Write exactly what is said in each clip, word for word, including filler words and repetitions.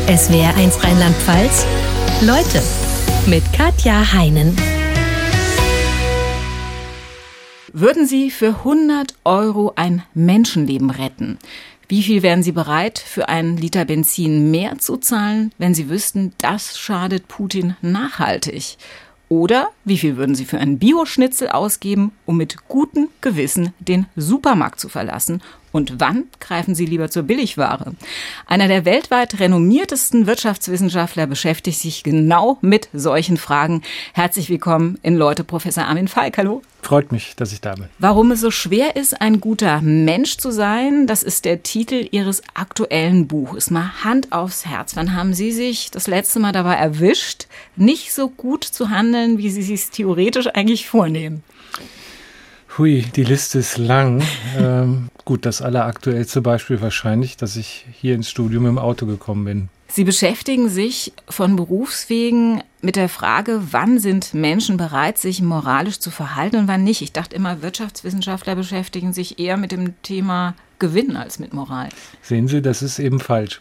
S W R eins Rheinland-Pfalz. Leute mit Katja Heinen. Würden Sie für hundert Euro ein Menschenleben retten? Wie viel wären Sie bereit, für einen Liter Benzin mehr zu zahlen, wenn Sie wüssten, das schadet Putin nachhaltig? Oder wie viel würden Sie für einen Bio-Schnitzel ausgeben, um mit gutem Gewissen den Supermarkt zu verlassen? Und wann greifen Sie lieber zur Billigware? Einer der weltweit renommiertesten Wirtschaftswissenschaftler beschäftigt sich genau mit solchen Fragen. Herzlich willkommen in Leute, Professor Armin Falk. Hallo. Freut mich, dass ich da bin. Warum es so schwer ist, ein guter Mensch zu sein, das ist der Titel Ihres aktuellen Buches. Mal Hand aufs Herz. Wann haben Sie sich das letzte Mal dabei erwischt, nicht so gut zu handeln, wie Sie es sich theoretisch eigentlich vornehmen? Hui, die Liste ist lang. ähm, gut, das alleraktuellste Beispiel wahrscheinlich, dass ich hier ins Studium im Auto gekommen bin. Sie beschäftigen sich von Berufswegen mit der Frage, wann sind Menschen bereit, sich moralisch zu verhalten und wann nicht. Ich dachte immer, Wirtschaftswissenschaftler beschäftigen sich eher mit dem Thema Gewinn als mit Moral. Sehen Sie, das ist eben falsch.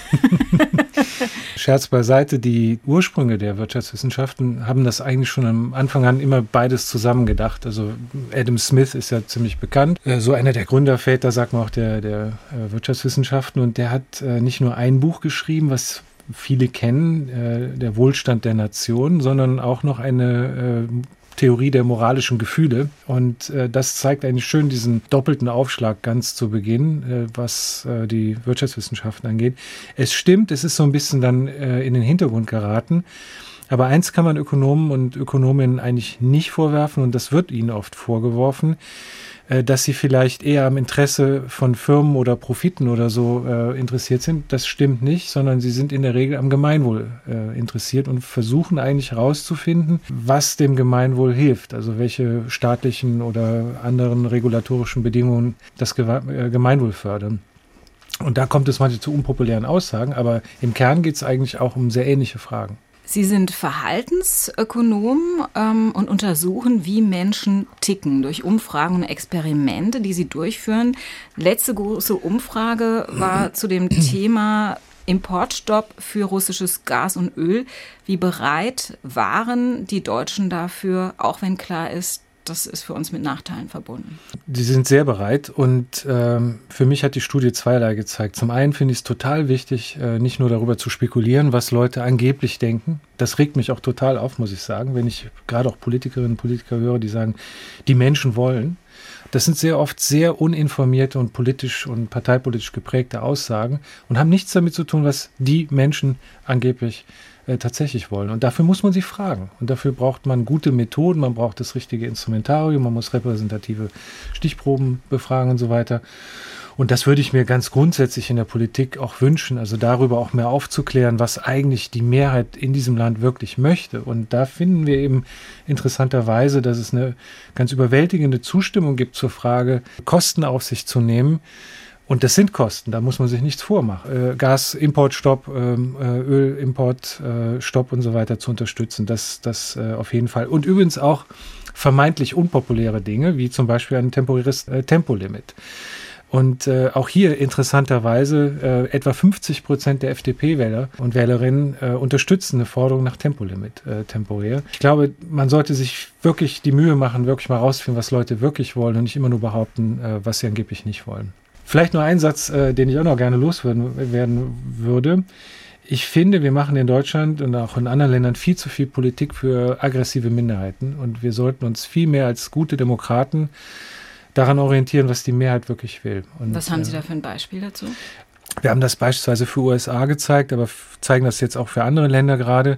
Scherz beiseite, die Ursprünge der Wirtschaftswissenschaften haben das eigentlich schon am Anfang an immer beides zusammengedacht. Also Adam Smith ist ja ziemlich bekannt, so einer der Gründerväter, sagt man auch, der, der Wirtschaftswissenschaften. Und der hat nicht nur ein Buch geschrieben, was viele kennen, der Wohlstand der Nation, sondern auch noch eine Theorie der moralischen Gefühle. Und äh, das zeigt eigentlich schön diesen doppelten Aufschlag ganz zu Beginn, äh, was äh, die Wirtschaftswissenschaften angeht. Es stimmt, es ist so ein bisschen dann äh, in den Hintergrund geraten. Aber eins kann man Ökonomen und Ökonominnen eigentlich nicht vorwerfen, und das wird ihnen oft vorgeworfen, äh, dass sie vielleicht eher am Interesse von Firmen oder Profiten oder so äh, interessiert sind. Das stimmt nicht, sondern sie sind in der Regel am Gemeinwohl äh, interessiert und versuchen eigentlich herauszufinden, was dem Gemeinwohl hilft, also welche staatlichen oder anderen regulatorischen Bedingungen das Ge- äh, Gemeinwohl fördern. Und da kommt es manchmal zu unpopulären Aussagen, aber im Kern geht es eigentlich auch um sehr ähnliche Fragen. Sie sind Verhaltensökonom ähm, und untersuchen, wie Menschen ticken durch Umfragen und Experimente, die Sie durchführen. Letzte große Umfrage war zu dem Thema Importstopp für russisches Gas und Öl. Wie bereit waren die Deutschen dafür, auch wenn klar ist, das ist für uns mit Nachteilen verbunden? Die sind sehr bereit, und ähm, für mich hat die Studie zweierlei gezeigt. Zum einen finde ich es total wichtig, äh, nicht nur darüber zu spekulieren, was Leute angeblich denken. Das regt mich auch total auf, muss ich sagen, wenn ich gerade auch Politikerinnen und Politiker höre, die sagen, die Menschen wollen. Das sind sehr oft sehr uninformierte und politisch und parteipolitisch geprägte Aussagen und haben nichts damit zu tun, was die Menschen angeblich äh, tatsächlich wollen. Und dafür muss man sie fragen. Und dafür braucht man gute Methoden, man braucht das richtige Instrumentarium, man muss repräsentative Stichproben befragen und so weiter. Und das würde ich mir ganz grundsätzlich in der Politik auch wünschen, also darüber auch mehr aufzuklären, was eigentlich die Mehrheit in diesem Land wirklich möchte. Und da finden wir eben interessanterweise, dass es eine ganz überwältigende Zustimmung gibt zur Frage, Kosten auf sich zu nehmen. Und das sind Kosten, da muss man sich nichts vormachen. Äh, Gasimportstopp, äh, Ölimportstopp äh, und so weiter zu unterstützen, das, das äh, auf jeden Fall. Und übrigens auch vermeintlich unpopuläre Dinge, wie zum Beispiel ein temporäres äh, Tempolimit. Und äh, auch hier interessanterweise äh, etwa fünfzig Prozent der F D P-Wähler und Wählerinnen äh, unterstützen eine Forderung nach Tempolimit äh, temporär. Ich glaube, man sollte sich wirklich die Mühe machen, wirklich mal rausfinden, was Leute wirklich wollen und nicht immer nur behaupten, äh, was sie angeblich nicht wollen. Vielleicht nur ein Satz, äh, den ich auch noch gerne loswerden werden würde. Ich finde, wir machen in Deutschland und auch in anderen Ländern viel zu viel Politik für aggressive Minderheiten. Und wir sollten uns viel mehr als gute Demokraten daran orientieren, was die Mehrheit wirklich will. Und, was haben Sie da für ein Beispiel dazu? Wir haben das beispielsweise für U S A gezeigt, aber zeigen das jetzt auch für andere Länder gerade,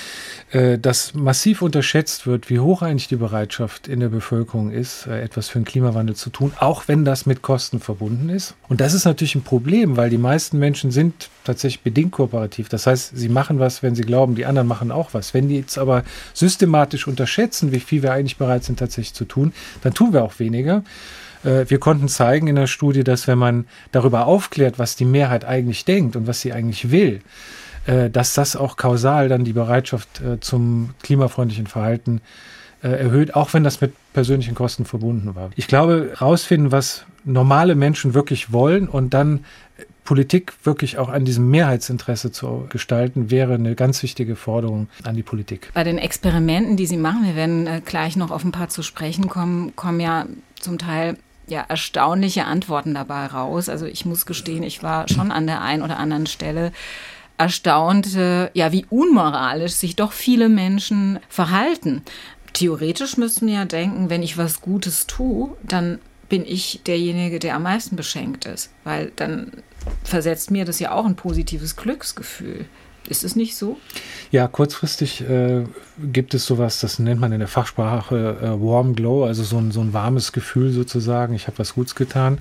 dass massiv unterschätzt wird, wie hoch eigentlich die Bereitschaft in der Bevölkerung ist, etwas für den Klimawandel zu tun, auch wenn das mit Kosten verbunden ist. Und das ist natürlich ein Problem, weil die meisten Menschen sind tatsächlich bedingt kooperativ. Das heißt, sie machen was, wenn sie glauben, die anderen machen auch was. Wenn die jetzt aber systematisch unterschätzen, wie viel wir eigentlich bereit sind tatsächlich zu tun, dann tun wir auch weniger. Wir konnten zeigen in der Studie, dass wenn man darüber aufklärt, was die Mehrheit eigentlich denkt und was sie eigentlich will, dass das auch kausal dann die Bereitschaft zum klimafreundlichen Verhalten erhöht, auch wenn das mit persönlichen Kosten verbunden war. Ich glaube, rausfinden, was normale Menschen wirklich wollen und dann Politik wirklich auch an diesem Mehrheitsinteresse zu gestalten, wäre eine ganz wichtige Forderung an die Politik. Bei den Experimenten, die Sie machen, wir werden äh, gleich noch auf ein paar zu sprechen kommen, kommen ja zum Teil ja erstaunliche Antworten dabei raus. Also ich muss gestehen, ich war schon an der einen oder anderen Stelle erstaunt, äh, ja, wie unmoralisch sich doch viele Menschen verhalten. Theoretisch müssten wir ja denken, wenn ich was Gutes tue, dann bin ich derjenige, der am meisten beschenkt ist. Weil dann versetzt mir das ja auch ein positives Glücksgefühl. Ist es nicht so? Ja, kurzfristig äh, gibt es sowas, das nennt man in der Fachsprache äh, Warm Glow, also so ein, so ein warmes Gefühl sozusagen, ich habe was Gutes getan.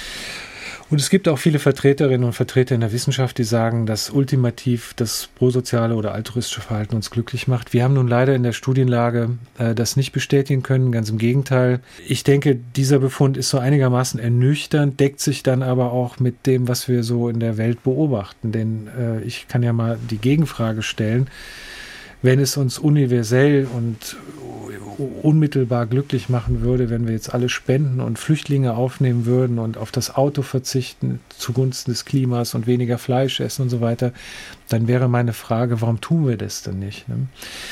Und es gibt auch viele Vertreterinnen und Vertreter in der Wissenschaft, die sagen, dass ultimativ das prosoziale oder altruistische Verhalten uns glücklich macht. Wir haben nun leider in der Studienlage äh, das nicht bestätigen können, ganz im Gegenteil. Ich denke, dieser Befund ist so einigermaßen ernüchternd, deckt sich dann aber auch mit dem, was wir so in der Welt beobachten. Denn äh, ich kann ja mal die Gegenfrage stellen, wenn es uns universell und unmittelbar glücklich machen würde, wenn wir jetzt alle spenden und Flüchtlinge aufnehmen würden und auf das Auto verzichten zugunsten des Klimas und weniger Fleisch essen und so weiter, dann wäre meine Frage, warum tun wir das denn nicht? Ne?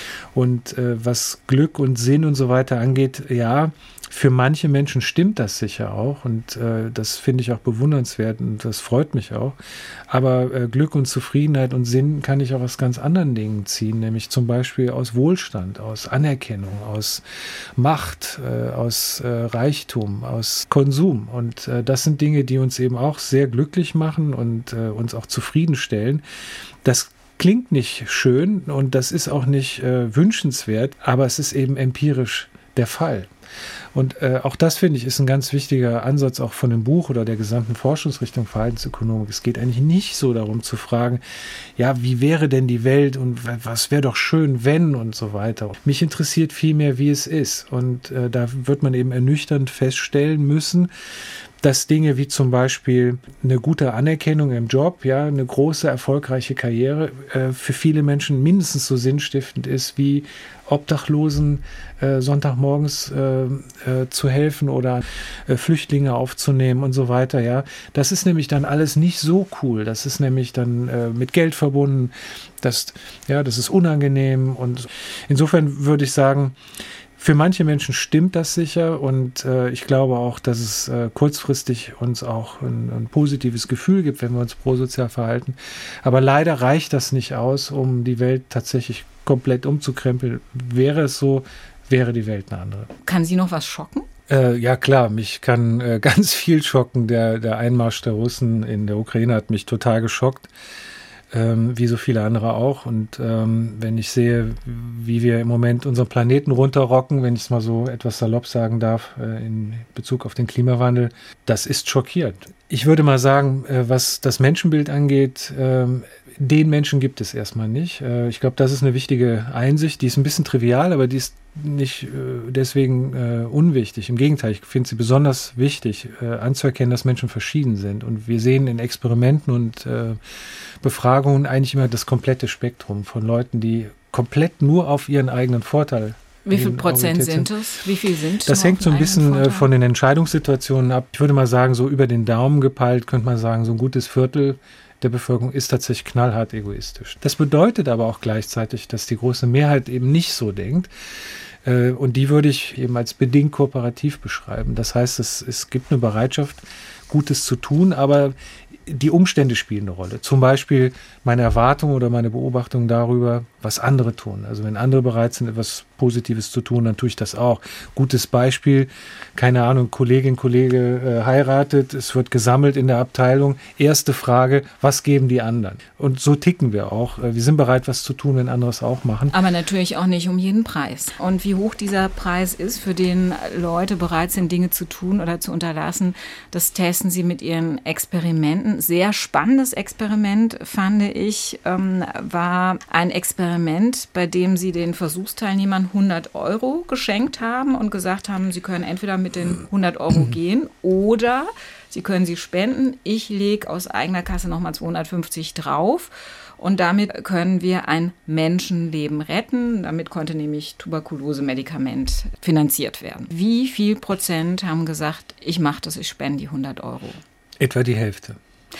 Und äh, was Glück und Sinn und so weiter angeht, ja, für manche Menschen stimmt das sicher auch und äh, das finde ich auch bewundernswert und das freut mich auch. Aber äh, Glück und Zufriedenheit und Sinn kann ich auch aus ganz anderen Dingen ziehen, nämlich zum Beispiel aus Wohlstand, aus Anerkennung, aus Macht, äh, aus äh, Reichtum, aus Konsum. Und äh, das sind Dinge, die uns eben auch sehr glücklich machen und äh, uns auch zufriedenstellen. Das klingt nicht schön und das ist auch nicht äh, wünschenswert, aber es ist eben empirisch der Fall. Und äh, auch das, finde ich, ist ein ganz wichtiger Ansatz auch von dem Buch oder der gesamten Forschungsrichtung Verhaltensökonomik. Es geht eigentlich nicht so darum zu fragen, ja, wie wäre denn die Welt und was wäre doch schön, wenn und so weiter. Mich interessiert vielmehr, wie es ist. Und äh, da wird man eben ernüchternd feststellen müssen, dass Dinge wie zum Beispiel eine gute Anerkennung im Job, ja, eine große, erfolgreiche Karriere äh, für viele Menschen mindestens so sinnstiftend ist, wie Obdachlosen äh, Sonntagmorgens äh, äh, zu helfen oder äh, Flüchtlinge aufzunehmen und so weiter, ja. Das ist nämlich dann alles nicht so cool. Das ist nämlich dann äh, mit Geld verbunden. Das, ja, das ist unangenehm und insofern würde ich sagen, für manche Menschen stimmt das sicher und äh, ich glaube auch, dass es äh, kurzfristig uns auch ein, ein positives Gefühl gibt, wenn wir uns prosozial verhalten. Aber leider reicht das nicht aus, um die Welt tatsächlich komplett umzukrempeln. Wäre es so, wäre die Welt eine andere. Kann Sie noch was schocken? Äh, ja klar, mich kann äh, ganz viel schocken. Der, der Einmarsch der Russen in der Ukraine hat mich total geschockt. Ähm, wie so viele andere auch. Und ähm, wenn ich sehe, wie wir im Moment unseren Planeten runterrocken, wenn ich es mal so etwas salopp sagen darf, äh, in Bezug auf den Klimawandel, das ist schockierend. Ich würde mal sagen, äh, was das Menschenbild angeht, äh, den Menschen gibt es erstmal nicht. Äh, ich glaube, das ist eine wichtige Einsicht. Die ist ein bisschen trivial, aber die ist nicht äh, deswegen äh, unwichtig. Im Gegenteil, ich finde sie besonders wichtig, äh, anzuerkennen, dass Menschen verschieden sind. Und wir sehen in Experimenten und äh, Befragungen eigentlich immer das komplette Spektrum von Leuten, die komplett nur auf ihren eigenen Vorteil. Wie viel Prozent sind es? Wie viel sind das? hängt so ein bisschen Vorteil? von den Entscheidungssituationen ab. Ich würde mal sagen, so über den Daumen gepeilt, könnte man sagen, so ein gutes Viertel der Bevölkerung ist tatsächlich knallhart egoistisch. Das bedeutet aber auch gleichzeitig, dass die große Mehrheit eben nicht so denkt. Und die würde ich eben als bedingt kooperativ beschreiben. Das heißt, es, es gibt eine Bereitschaft, Gutes zu tun, aber die Umstände spielen eine Rolle. Zum Beispiel meine Erwartung oder meine Beobachtung darüber, was andere tun. Also wenn andere bereit sind, etwas Positives zu tun, dann tue ich das auch. Gutes Beispiel, keine Ahnung, Kollegin, Kollege äh, heiratet, es wird gesammelt in der Abteilung. Erste Frage, was geben die anderen? Und so ticken wir auch. Wir sind bereit, was zu tun, wenn andere es auch machen. Aber natürlich auch nicht um jeden Preis. Und wie hoch dieser Preis ist, für den Leute bereit sind, Dinge zu tun oder zu unterlassen, das testen sie mit ihren Experimenten. Sehr spannendes Experiment, fand ich, ähm, war ein Experiment, bei dem sie den Versuchsteilnehmern hundert Euro geschenkt haben und gesagt haben, sie können entweder mit den hundert Euro gehen oder sie können sie spenden. Ich lege aus eigener Kasse nochmal zweihundertfünfzig drauf. Und damit können wir ein Menschenleben retten. Damit konnte nämlich Tuberkulose-Medikament finanziert werden. Wie viel Prozent haben gesagt, ich mache das, ich spende die hundert Euro? Etwa die Hälfte.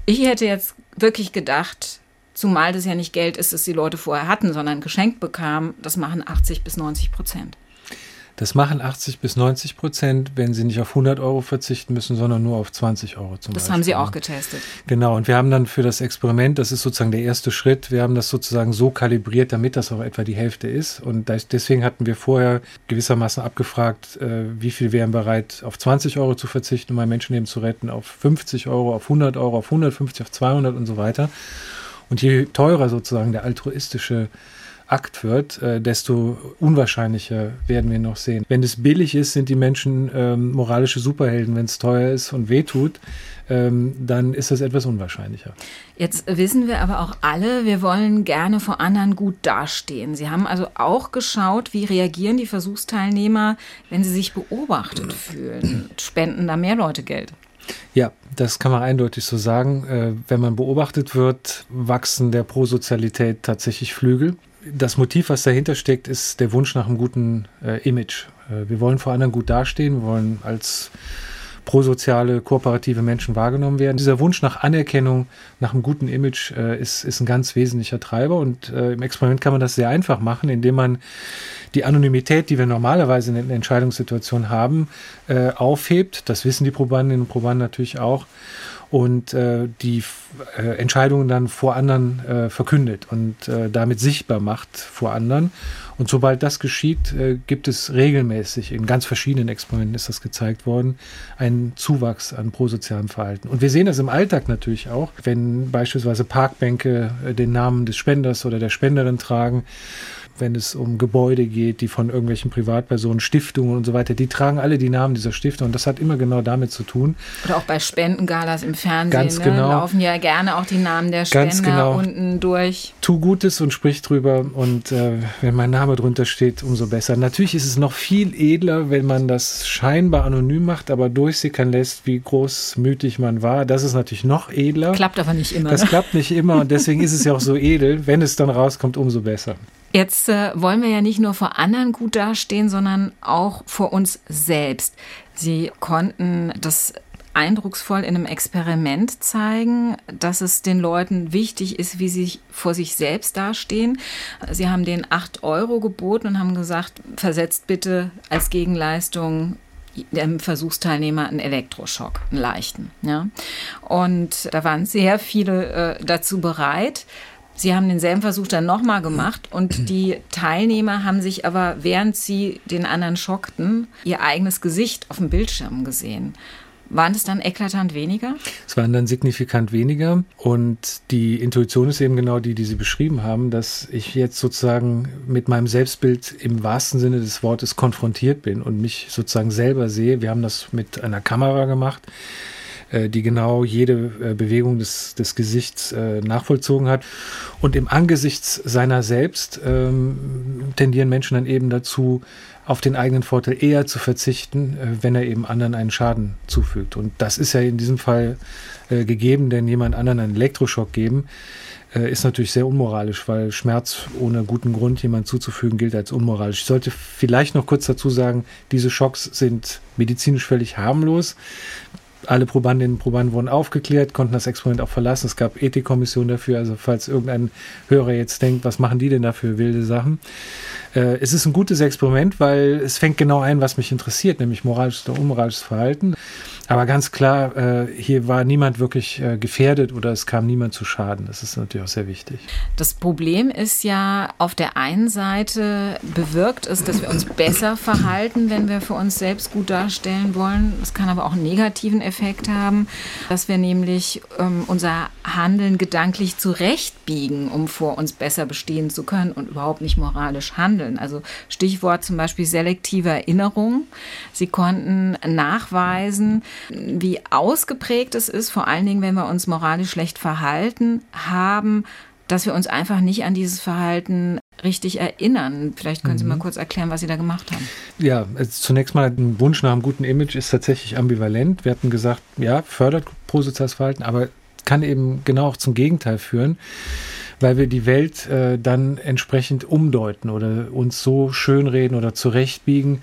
Ich hätte jetzt wirklich gedacht, zumal das ja nicht Geld ist, das die Leute vorher hatten, sondern geschenkt bekamen, das machen achtzig bis neunzig Prozent. Das machen achtzig bis neunzig Prozent, wenn sie nicht auf hundert Euro verzichten müssen, sondern nur auf zwanzig Euro zum Beispiel. Das haben Sie auch getestet. Genau, und wir haben dann für das Experiment, das ist sozusagen der erste Schritt, wir haben das sozusagen so kalibriert, damit das auch etwa die Hälfte ist. Und deswegen hatten wir vorher gewissermaßen abgefragt, wie viel wären bereit, auf zwanzig Euro zu verzichten, um ein Menschenleben zu retten, auf fünfzig Euro, auf hundert Euro, auf hundertfünfzig, auf zweihundert und so weiter. Und je teurer sozusagen der altruistische Akt wird, äh, desto unwahrscheinlicher werden wir noch sehen. Wenn es billig ist, sind die Menschen ähm, moralische Superhelden. Wenn es teuer ist und wehtut, ähm, dann ist das etwas unwahrscheinlicher. Jetzt wissen wir aber auch alle, wir wollen gerne vor anderen gut dastehen. Sie haben also auch geschaut, wie reagieren die Versuchsteilnehmer, wenn sie sich beobachtet fühlen. Spenden da mehr Leute Geld? Ja, das kann man eindeutig so sagen. Äh, wenn man beobachtet wird, wachsen der Prosozialität tatsächlich Flügel. Das Motiv, was dahinter steckt, ist der Wunsch nach einem guten äh, Image. Äh, wir wollen vor anderen gut dastehen, wir wollen als prosoziale, kooperative Menschen wahrgenommen werden. Dieser Wunsch nach Anerkennung, nach einem guten Image äh, ist, ist ein ganz wesentlicher Treiber. Und äh, im Experiment kann man das sehr einfach machen, indem man die Anonymität, die wir normalerweise in den Entscheidungssituationen haben, äh, aufhebt. Das wissen die Probandinnen und Probanden natürlich auch. Und äh, die äh, Entscheidungen dann vor anderen äh, verkündet und äh, damit sichtbar macht vor anderen. Und sobald das geschieht, äh, gibt es regelmäßig, in ganz verschiedenen Experimenten ist das gezeigt worden, einen Zuwachs an prosozialem Verhalten. Und wir sehen das im Alltag natürlich auch, wenn beispielsweise Parkbänke äh, den Namen des Spenders oder der Spenderin tragen, wenn es um Gebäude geht, die von irgendwelchen Privatpersonen, Stiftungen und so weiter, die tragen alle die Namen dieser Stiftung. Und das hat immer genau damit zu tun. Oder auch bei Spendengalas im Fernsehen, Ganz ne, genau. laufen ja gerne auch die Namen der Spender Ganz genau. unten durch. Tu Gutes und sprich drüber. Und äh, wenn mein Name drunter steht, umso besser. Natürlich ist es noch viel edler, wenn man das scheinbar anonym macht, aber durchsickern lässt, wie großmütig man war. Das ist natürlich noch edler. Klappt aber nicht immer. Das ne? klappt nicht immer und deswegen ist es ja auch so edel. Wenn es dann rauskommt, umso besser. Jetzt äh, wollen wir ja nicht nur vor anderen gut dastehen, sondern auch vor uns selbst. Sie konnten das eindrucksvoll in einem Experiment zeigen, dass es den Leuten wichtig ist, wie sie vor sich selbst dastehen. Sie haben denen acht Euro geboten und haben gesagt, versetzt bitte als Gegenleistung dem Versuchsteilnehmer einen Elektroschock, einen leichten. Ja? Und da waren sehr viele äh, dazu bereit. Sie haben denselben Versuch dann nochmal gemacht und die Teilnehmer haben sich aber, während sie den anderen schockten, ihr eigenes Gesicht auf dem Bildschirm gesehen. Waren es dann eklatant weniger? Es waren dann signifikant weniger und die Intuition ist eben genau die, die Sie beschrieben haben, dass ich jetzt sozusagen mit meinem Selbstbild im wahrsten Sinne des Wortes konfrontiert bin und mich sozusagen selber sehe. Wir haben das mit einer Kamera gemacht, die genau jede Bewegung des, des Gesichts äh, nachvollzogen hat. Und im Angesichts seiner selbst ähm, tendieren Menschen dann eben dazu, auf den eigenen Vorteil eher zu verzichten, äh, wenn er eben anderen einen Schaden zufügt. Und das ist ja in diesem Fall äh, gegeben, denn jemand anderen einen Elektroschock geben, äh, ist natürlich sehr unmoralisch, weil Schmerz ohne guten Grund jemand zuzufügen gilt als unmoralisch. Ich sollte vielleicht noch kurz dazu sagen, diese Schocks sind medizinisch völlig harmlos. Alle Probandinnen und Probanden wurden aufgeklärt, konnten das Experiment auch verlassen. Es gab Ethikkommissionen dafür, also falls irgendein Hörer jetzt denkt, was machen die denn da für wilde Sachen? Äh, es ist ein gutes Experiment, weil es fängt genau ein, was mich interessiert, nämlich moralisches oder unmoralisches Verhalten. Aber ganz klar, äh, hier war niemand wirklich äh, gefährdet oder es kam niemand zu Schaden. Das ist natürlich auch sehr wichtig. Das Problem ist ja, auf der einen Seite bewirkt es, dass wir uns besser verhalten, wenn wir für uns selbst gut darstellen wollen. Es kann aber auch einen negativen Effekt haben, dass wir nämlich ähm, unser Handeln gedanklich zurechtbiegen, um vor uns besser bestehen zu können und überhaupt nicht moralisch handeln. Also Stichwort zum Beispiel selektive Erinnerung. Sie konnten nachweisen, wie ausgeprägt es ist, vor allen Dingen, wenn wir uns moralisch schlecht verhalten haben, dass wir uns einfach nicht an dieses Verhalten richtig erinnern. Vielleicht können Sie mal kurz erklären, was Sie da gemacht haben. Ja, also zunächst mal ein Wunsch nach einem guten Image ist tatsächlich ambivalent. Wir hatten gesagt, ja, fördert prosoziales Verhalten, aber kann eben genau auch zum Gegenteil führen, weil wir die Welt äh, dann entsprechend umdeuten oder uns so schönreden oder zurechtbiegen,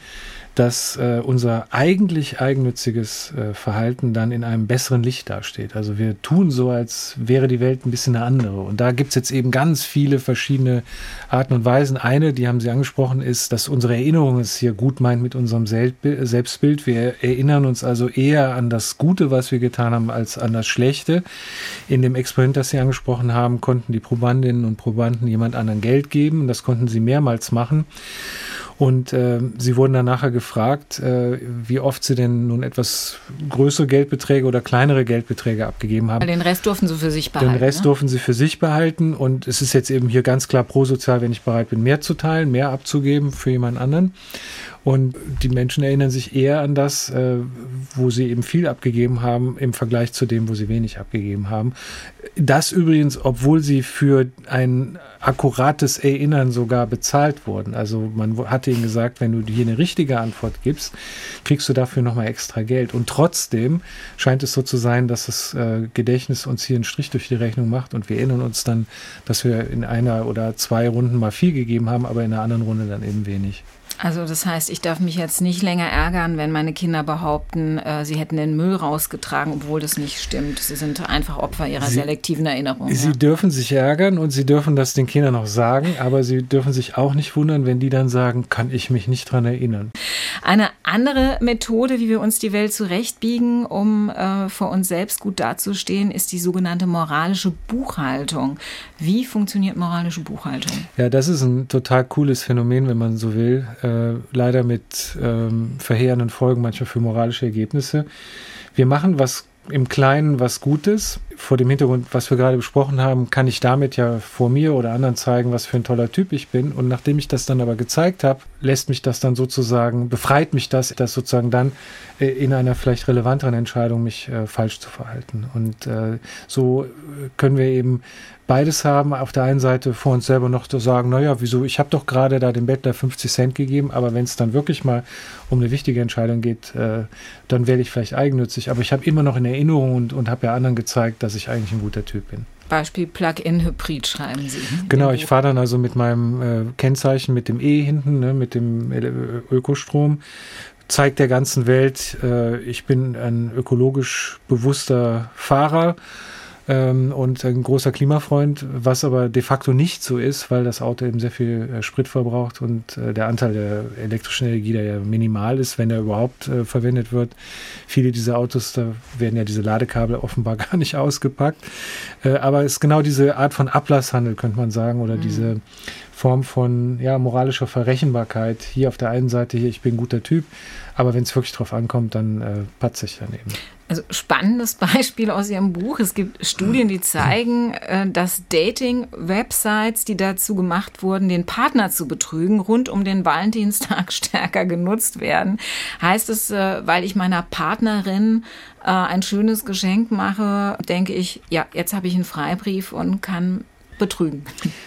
dass äh, unser eigentlich eigennütziges äh, Verhalten dann in einem besseren Licht dasteht. Also wir tun so, als wäre die Welt ein bisschen eine andere. Und da gibt es jetzt eben ganz viele verschiedene Arten und Weisen. Eine, die haben Sie angesprochen, ist, dass unsere Erinnerung es hier gut meint mit unserem Selbstbild. Wir erinnern uns also eher an das Gute, was wir getan haben, als an das Schlechte. In dem Experiment, das Sie angesprochen haben, konnten die Probandinnen und Probanden jemand anderen Geld geben. Das konnten sie mehrmals machen. Und äh, sie wurden dann nachher gefragt, äh, wie oft sie denn nun etwas größere Geldbeträge oder kleinere Geldbeträge abgegeben haben. Den Rest durften sie für sich behalten. Den Rest ne? durften sie für sich behalten. Und es ist jetzt eben hier ganz klar prosozial, wenn ich bereit bin, mehr zu teilen, mehr abzugeben für jemand anderen. Und die Menschen erinnern sich eher an das, äh, wo sie eben viel abgegeben haben, im Vergleich zu dem, wo sie wenig abgegeben haben. Das übrigens, obwohl sie für ein akkurates Erinnern sogar bezahlt wurden. Also man hatte ihnen gesagt, wenn du hier eine richtige Antwort gibst, kriegst du dafür nochmal extra Geld. Und trotzdem scheint es so zu sein, dass das äh, Gedächtnis uns hier einen Strich durch die Rechnung macht und wir erinnern uns dann, dass wir in einer oder zwei Runden mal viel gegeben haben, aber in einer anderen Runde dann eben wenig. Also das heißt, ich darf mich jetzt nicht länger ärgern, wenn meine Kinder behaupten, äh, sie hätten den Müll rausgetragen, obwohl das nicht stimmt. Sie sind einfach Opfer ihrer sie, selektiven Erinnerung. Sie ja. dürfen sich ärgern und sie dürfen das den Kindern auch sagen, aber sie dürfen sich auch nicht wundern, wenn die dann sagen, kann ich mich nicht dran erinnern. Eine andere Methode, wie wir uns die Welt zurechtbiegen, um äh, vor uns selbst gut dazustehen, ist die sogenannte moralische Buchhaltung. Wie funktioniert moralische Buchhaltung? Ja, das ist ein total cooles Phänomen, wenn man so will. Äh, leider mit ähm, verheerenden Folgen manchmal für moralische Ergebnisse. Wir machen was im Kleinen was Gutes. Vor dem Hintergrund, was wir gerade besprochen haben, kann ich damit ja vor mir oder anderen zeigen, was für ein toller Typ ich bin. Und nachdem ich das dann aber gezeigt habe, lässt mich das dann sozusagen, befreit mich das, das sozusagen dann äh, in einer vielleicht relevanteren Entscheidung, mich äh, falsch zu verhalten. Und äh, so können wir eben beides haben. Auf der einen Seite vor uns selber noch zu sagen, naja, wieso, ich habe doch gerade da dem Bettler fünfzig Cent gegeben, aber wenn es dann wirklich mal um eine wichtige Entscheidung geht, äh, dann werde ich vielleicht eigennützig. Aber ich habe immer noch in Erinnerung und, und habe ja anderen gezeigt, dass ich eigentlich ein guter Typ bin. Beispiel Plug-in-Hybrid schreiben Sie. Genau, ich fahre dann also mit meinem äh, Kennzeichen, mit dem E hinten, ne, mit dem Ökostrom, zeigt der ganzen Welt, äh, ich bin ein ökologisch bewusster Fahrer ähm, und ein großer Klimafreund, was aber de facto nicht so ist, weil das Auto eben sehr viel äh, Sprit verbraucht und äh, der Anteil der elektrischen Energie, der ja minimal ist, wenn er überhaupt äh, verwendet wird. Viele dieser Autos, da werden ja diese Ladekabel offenbar gar nicht ausgepackt. Äh, aber es ist genau diese Art von Ablasshandel, könnte man sagen, oder mhm. diese Form von ja, moralischer Verrechenbarkeit. Hier auf der einen Seite, hier, ich bin ein guter Typ, aber wenn es wirklich drauf ankommt, dann äh, patze ich daneben. Also spannendes Beispiel aus Ihrem Buch. Es gibt Studien, die zeigen, äh, dass Dating-Websites, die dazu gemacht wurden, den Partner zu betrügen, rund um den Valentinstag stärker genutzt werden. Heißt es, äh, weil ich meiner Partnerin äh, ein schönes Geschenk mache, denke ich, ja, jetzt habe ich einen Freibrief und kann betrügen.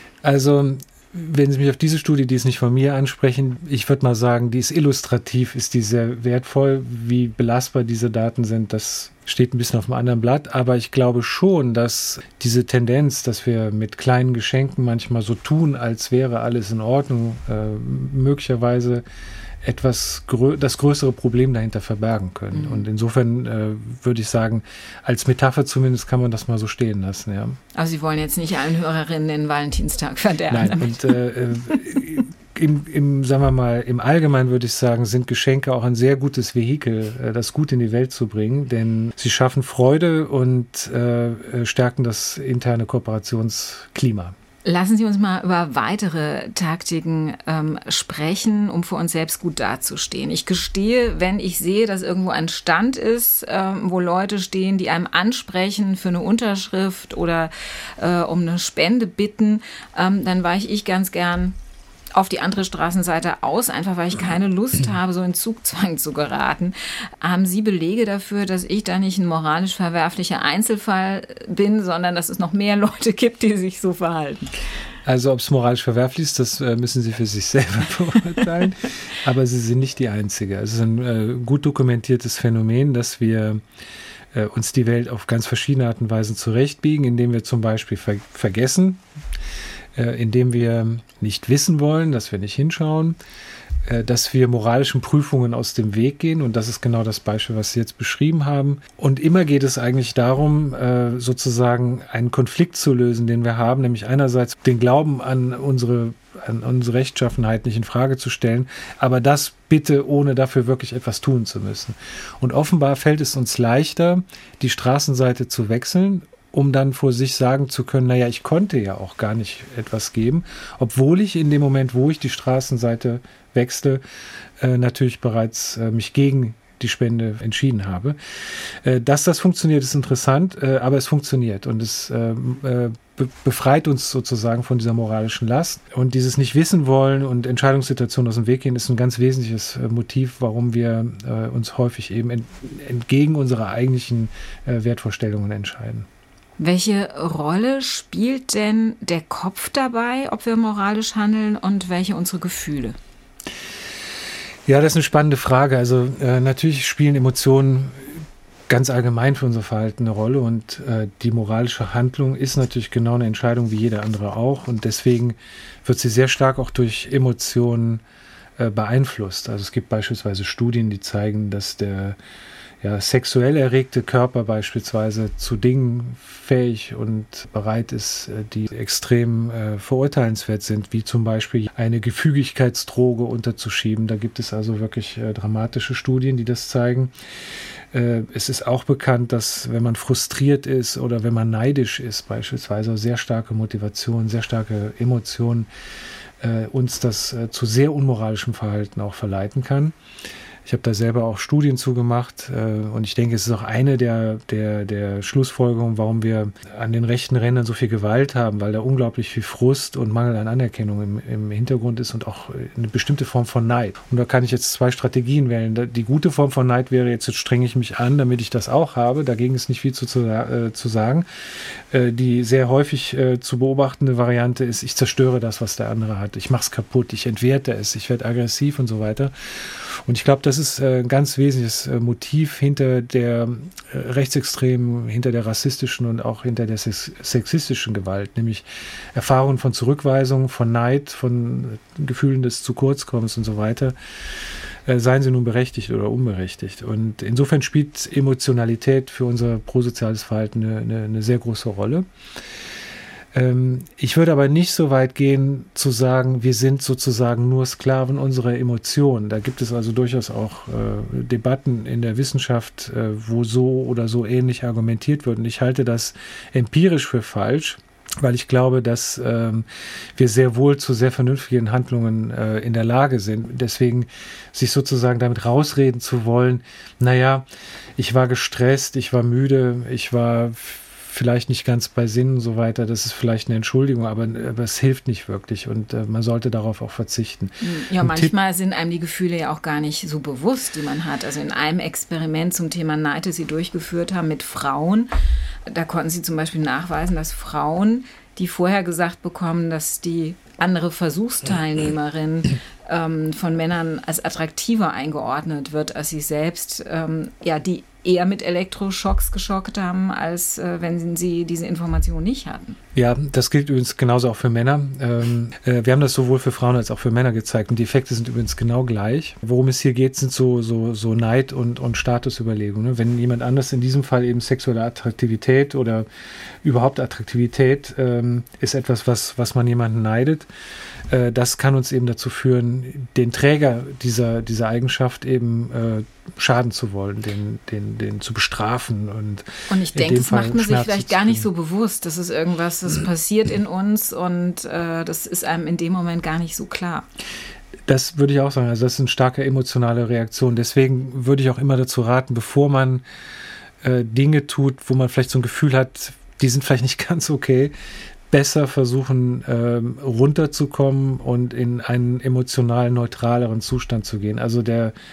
Also wenn Sie mich auf diese Studie, die ist nicht von mir ansprechen, ich würde mal sagen, die ist illustrativ, ist die sehr wertvoll. Wie belastbar diese Daten sind, das steht ein bisschen auf einem anderen Blatt. Aber ich glaube schon, dass diese Tendenz, dass wir mit kleinen Geschenken manchmal so tun, als wäre alles in Ordnung, äh, möglicherweise etwas grö- das größere Problem dahinter verbergen können. Mhm. Und insofern äh, würde ich sagen, als Metapher zumindest kann man das mal so stehen lassen. Ja. Aber Sie wollen jetzt nicht allen Hörerinnen den Valentinstag verderben. Nein, damit. und äh, im, im, sagen wir mal, im Allgemeinen würde ich sagen, sind Geschenke auch ein sehr gutes Vehikel, äh, das gut in die Welt zu bringen, denn sie schaffen Freude und äh, stärken das interne Kooperationsklima. Lassen Sie uns mal über weitere Taktiken ähm, sprechen, um für uns selbst gut dazustehen. Ich gestehe, wenn ich sehe, dass irgendwo ein Stand ist, ähm, wo Leute stehen, die einem ansprechen für eine Unterschrift oder äh, um eine Spende bitten, ähm, dann weiche ich ganz gern auf die andere Straßenseite aus, einfach weil ich keine Lust habe, so in Zugzwang zu geraten. Haben Sie Belege dafür, dass ich da nicht ein moralisch verwerflicher Einzelfall bin, sondern dass es noch mehr Leute gibt, die sich so verhalten? Also ob es moralisch verwerflich ist, das äh, müssen Sie für sich selber beurteilen. Aber Sie sind nicht die Einzige. Es ist ein äh, gut dokumentiertes Phänomen, dass wir äh, uns die Welt auf ganz verschiedene Arten und Weisen zurechtbiegen, indem wir zum Beispiel ver- vergessen, indem wir nicht wissen wollen, dass wir nicht hinschauen, dass wir moralischen Prüfungen aus dem Weg gehen. Und das ist genau das Beispiel, was Sie jetzt beschrieben haben. Und immer geht es eigentlich darum, sozusagen einen Konflikt zu lösen, den wir haben, nämlich einerseits den Glauben an unsere, an unsere Rechtschaffenheit nicht in Frage zu stellen, aber das bitte ohne dafür wirklich etwas tun zu müssen. Und offenbar fällt es uns leichter, die Straßenseite zu wechseln, um dann vor sich sagen zu können, naja, ich konnte ja auch gar nicht etwas geben, obwohl ich in dem Moment, wo ich die Straßenseite wechsle, äh, natürlich bereits äh, mich gegen die Spende entschieden habe. Äh, dass das funktioniert, ist interessant, äh, aber es funktioniert und es äh, äh, be- befreit uns sozusagen von dieser moralischen Last. Und dieses nicht wissen wollen und Entscheidungssituationen aus dem Weg gehen, ist ein ganz wesentliches äh, Motiv, warum wir äh, uns häufig eben ent- entgegen unserer eigentlichen äh, Wertvorstellungen entscheiden. Welche Rolle spielt denn der Kopf dabei, ob wir moralisch handeln, und welche unsere Gefühle? Ja, das ist eine spannende Frage. Also äh, natürlich spielen Emotionen ganz allgemein für unser Verhalten eine Rolle und äh, die moralische Handlung ist natürlich genau eine Entscheidung wie jede andere auch und deswegen wird sie sehr stark auch durch Emotionen äh, beeinflusst. Also es gibt beispielsweise Studien, die zeigen, dass der ja, sexuell erregte Körper beispielsweise zu Dingen fähig und bereit ist, die extrem äh, verurteilenswert sind, wie zum Beispiel eine Gefügigkeitsdroge unterzuschieben. Da gibt es also wirklich äh, dramatische Studien, die das zeigen. Äh, es ist auch bekannt, dass wenn man frustriert ist oder wenn man neidisch ist, beispielsweise sehr starke Motivation, sehr starke Emotionen, äh, uns das äh, zu sehr unmoralischem Verhalten auch verleiten kann. Ich habe da selber auch Studien zugemacht äh, und ich denke, es ist auch eine der, der, der Schlussfolgerungen, warum wir an den rechten Rändern so viel Gewalt haben, weil da unglaublich viel Frust und Mangel an Anerkennung im, im Hintergrund ist und auch eine bestimmte Form von Neid. Und da kann ich jetzt zwei Strategien wählen. Die gute Form von Neid wäre, jetzt, jetzt strenge ich mich an, damit ich das auch habe. Dagegen ist nicht viel zu, zu, äh, zu sagen. Äh, die sehr häufig äh, zu beobachtende Variante ist, ich zerstöre das, was der andere hat. Ich mache es kaputt, ich entwerte es, ich werde aggressiv und so weiter. Und ich glaube, das ist ein ganz wesentliches Motiv hinter der rechtsextremen, hinter der rassistischen und auch hinter der sexistischen Gewalt, nämlich Erfahrungen von Zurückweisung, von Neid, von Gefühlen des Zu-kurz-Kommens und so weiter, seien sie nun berechtigt oder unberechtigt. Und insofern spielt Emotionalität für unser prosoziales Verhalten eine, eine, eine sehr große Rolle. Ich würde aber nicht so weit gehen, zu sagen, wir sind sozusagen nur Sklaven unserer Emotionen. Da gibt es also durchaus auch äh, Debatten in der Wissenschaft, äh, wo so oder so ähnlich argumentiert wird. Und ich halte das empirisch für falsch, weil ich glaube, dass ähm, wir sehr wohl zu sehr vernünftigen Handlungen äh, in der Lage sind. Deswegen sich sozusagen damit rausreden zu wollen, naja, ich war gestresst, ich war müde, ich war vielleicht nicht ganz bei Sinn und so weiter, das ist vielleicht eine Entschuldigung, aber, aber es hilft nicht wirklich und äh, man sollte darauf auch verzichten. Ja, Ein manchmal Tipp, sind einem die Gefühle ja auch gar nicht so bewusst, die man hat. Also in einem Experiment zum Thema Neid, das sie durchgeführt haben mit Frauen, da konnten sie zum Beispiel nachweisen, dass Frauen, die vorher gesagt bekommen, dass die andere Versuchsteilnehmerin ähm, von Männern als attraktiver eingeordnet wird als sie selbst, ähm, ja, die eher mit Elektroschocks geschockt haben, als äh, wenn sie diese Information nicht hatten. Ja, das gilt übrigens genauso auch für Männer. Ähm, äh, wir haben das sowohl für Frauen als auch für Männer gezeigt und die Effekte sind übrigens genau gleich. Worum es hier geht, sind so, so, so Neid und, und Statusüberlegungen. Wenn jemand anders, in diesem Fall eben sexuelle Attraktivität oder überhaupt Attraktivität, ähm, ist etwas, was, was man jemanden neidet, äh, das kann uns eben dazu führen, den Träger dieser, dieser Eigenschaft eben äh, schaden zu wollen, den, den, den zu bestrafen. Und, und ich denke, das macht man sich vielleicht gar nicht so bewusst. Das ist irgendwas, das passiert in uns und äh, das ist einem in dem Moment gar nicht so klar. Das würde ich auch sagen. Also das ist eine starke emotionale Reaktion. Deswegen würde ich auch immer dazu raten, bevor man äh, Dinge tut, wo man vielleicht so ein Gefühl hat, die sind vielleicht nicht ganz okay, besser versuchen, ähm, runterzukommen und in einen emotional neutraleren Zustand zu gehen. Also der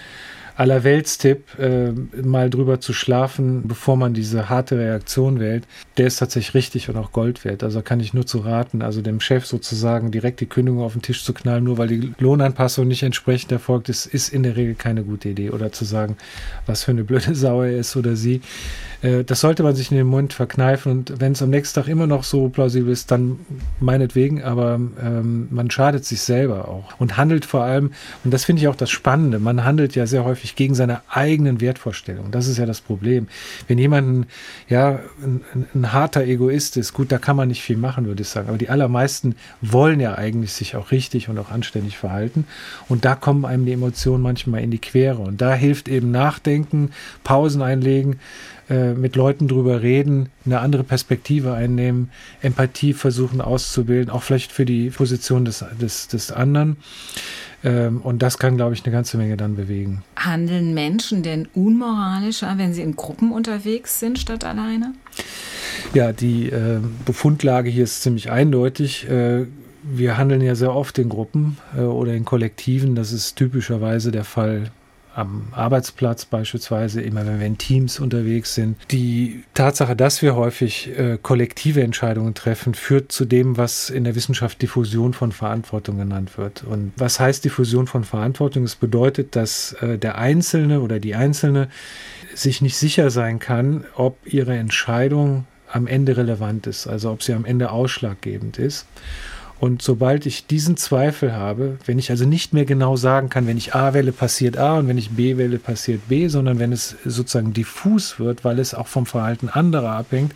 Allerweltstipp, äh, mal drüber zu schlafen, bevor man diese harte Reaktion wählt, der ist tatsächlich richtig und auch Gold wert. Also kann ich nur zu raten, also dem Chef sozusagen direkt die Kündigung auf den Tisch zu knallen, nur weil die Lohnanpassung nicht entsprechend erfolgt ist, ist in der Regel keine gute Idee. Oder zu sagen, was für eine blöde Sau er ist oder sie. Äh, das sollte man sich in den Mund verkneifen, und wenn es am nächsten Tag immer noch so plausibel ist, dann meinetwegen, aber ähm, man schadet sich selber auch und handelt vor allem, und das finde ich auch das Spannende, man handelt ja sehr häufig gegen seine eigenen Wertvorstellungen. Das ist ja das Problem. Wenn jemand ein, ja, ein, ein, ein harter Egoist ist, gut, da kann man nicht viel machen, würde ich sagen, aber die allermeisten wollen ja eigentlich sich auch richtig und auch anständig verhalten, und da kommen einem die Emotionen manchmal in die Quere, und da hilft eben Nachdenken, Pausen einlegen, mit Leuten drüber reden, eine andere Perspektive einnehmen, Empathie versuchen auszubilden, auch vielleicht für die Position des, des, des anderen. Und das kann, glaube ich, eine ganze Menge dann bewegen. Handeln Menschen denn unmoralischer, wenn sie in Gruppen unterwegs sind, statt alleine? Ja, die äh, Befundlage hier ist ziemlich eindeutig. Äh, wir handeln ja sehr oft in Gruppen äh, oder in Kollektiven. Das ist typischerweise der Fall am Arbeitsplatz beispielsweise, immer wenn wir in Teams unterwegs sind. Die Tatsache, dass wir häufig äh, kollektive Entscheidungen treffen, führt zu dem, was in der Wissenschaft Diffusion von Verantwortung genannt wird. Und was heißt Diffusion von Verantwortung? Es bedeutet, dass äh, der Einzelne oder die Einzelne sich nicht sicher sein kann, ob ihre Entscheidung am Ende relevant ist, also ob sie am Ende ausschlaggebend ist. Und sobald ich diesen Zweifel habe, wenn ich also nicht mehr genau sagen kann, wenn ich A wähle, passiert A, und wenn ich B wähle, passiert B, sondern wenn es sozusagen diffus wird, weil es auch vom Verhalten anderer abhängt,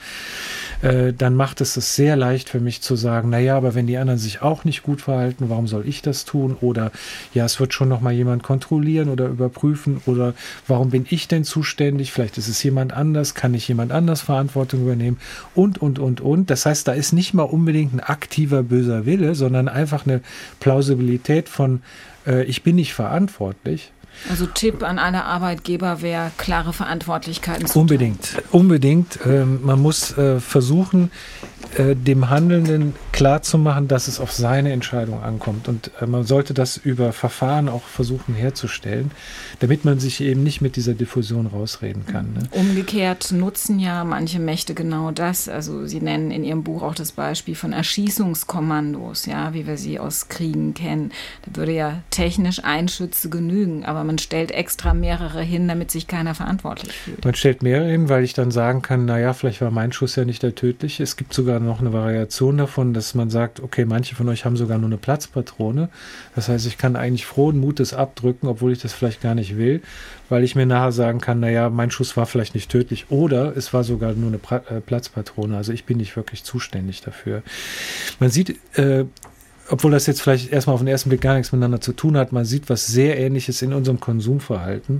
äh, dann macht es es sehr leicht für mich zu sagen, naja, aber wenn die anderen sich auch nicht gut verhalten, warum soll ich das tun? Oder ja, es wird schon noch mal jemand kontrollieren oder überprüfen, oder warum bin ich denn zuständig? Vielleicht ist es jemand anders, kann nicht jemand anders Verantwortung übernehmen, und, und, und, und. Das heißt, da ist nicht mal unbedingt ein aktiver, böser Wille, sondern einfach eine Plausibilität von, äh, ich bin nicht verantwortlich. Also Tipp an alle Arbeitgeber wäre, klare Verantwortlichkeiten zu Unbedingt, teilen. unbedingt. Ähm, man muss äh, versuchen, äh, dem Handelnden klarzumachen, dass es auf seine Entscheidung ankommt. Und äh, man sollte das über Verfahren auch versuchen herzustellen, damit man sich eben nicht mit dieser Diffusion rausreden kann. Ne? Umgekehrt nutzen ja manche Mächte genau das. Also Sie nennen in Ihrem Buch auch das Beispiel von Erschießungskommandos, ja, wie wir sie aus Kriegen kennen. Da würde ja technisch ein Schütze genügen, aber man stellt extra mehrere hin, damit sich keiner verantwortlich fühlt. Man stellt mehrere hin, weil ich dann sagen kann, naja, vielleicht war mein Schuss ja nicht der tödliche. Es gibt sogar noch eine Variation davon, dass man sagt, okay, manche von euch haben sogar nur eine Platzpatrone. Das heißt, ich kann eigentlich frohen Mutes abdrücken, obwohl ich das vielleicht gar nicht will, weil ich mir nachher sagen kann, naja, mein Schuss war vielleicht nicht tödlich, oder es war sogar nur eine pra- äh, Platzpatrone. Also ich bin nicht wirklich zuständig dafür. Man sieht, äh, obwohl das jetzt vielleicht erstmal auf den ersten Blick gar nichts miteinander zu tun hat, man sieht was sehr Ähnliches in unserem Konsumverhalten.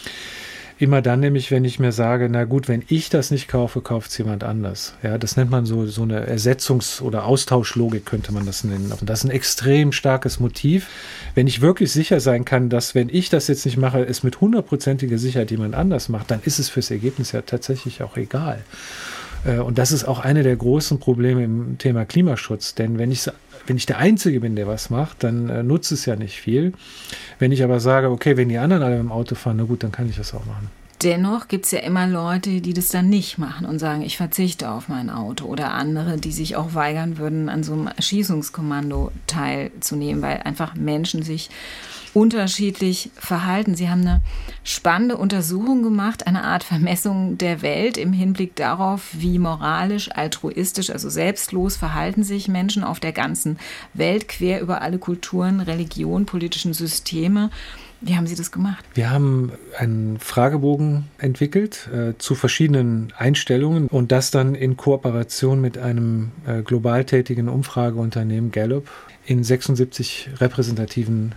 Immer dann nämlich, wenn ich mir sage, na gut, wenn ich das nicht kaufe, kauft es jemand anders. Ja, das nennt man so, so eine Ersetzungs- oder Austauschlogik, könnte man das nennen. Und das ist ein extrem starkes Motiv. Wenn ich wirklich sicher sein kann, dass, wenn ich das jetzt nicht mache, es mit hundertprozentiger Sicherheit jemand anders macht, dann ist es fürs Ergebnis ja tatsächlich auch egal. Und das ist auch eine der großen Probleme im Thema Klimaschutz. Denn wenn ich, wenn ich der Einzige bin, der was macht, dann äh, nutzt es ja nicht viel. Wenn ich aber sage, okay, wenn die anderen alle im Auto fahren, na gut, dann kann ich das auch machen. Dennoch gibt es ja immer Leute, die das dann nicht machen und sagen, ich verzichte auf mein Auto. Oder andere, die sich auch weigern würden, an so einem Erschießungskommando teilzunehmen, weil einfach Menschen sich unterschiedlich verhalten. Sie haben eine spannende Untersuchung gemacht, eine Art Vermessung der Welt im Hinblick darauf, wie moralisch, altruistisch, also selbstlos verhalten sich Menschen auf der ganzen Welt, quer über alle Kulturen, Religionen, politischen Systeme. Wie haben Sie das gemacht? Wir haben einen Fragebogen entwickelt äh, zu verschiedenen Einstellungen und das dann in Kooperation mit einem äh, global tätigen Umfrageunternehmen Gallup in sechsundsiebzig repräsentativen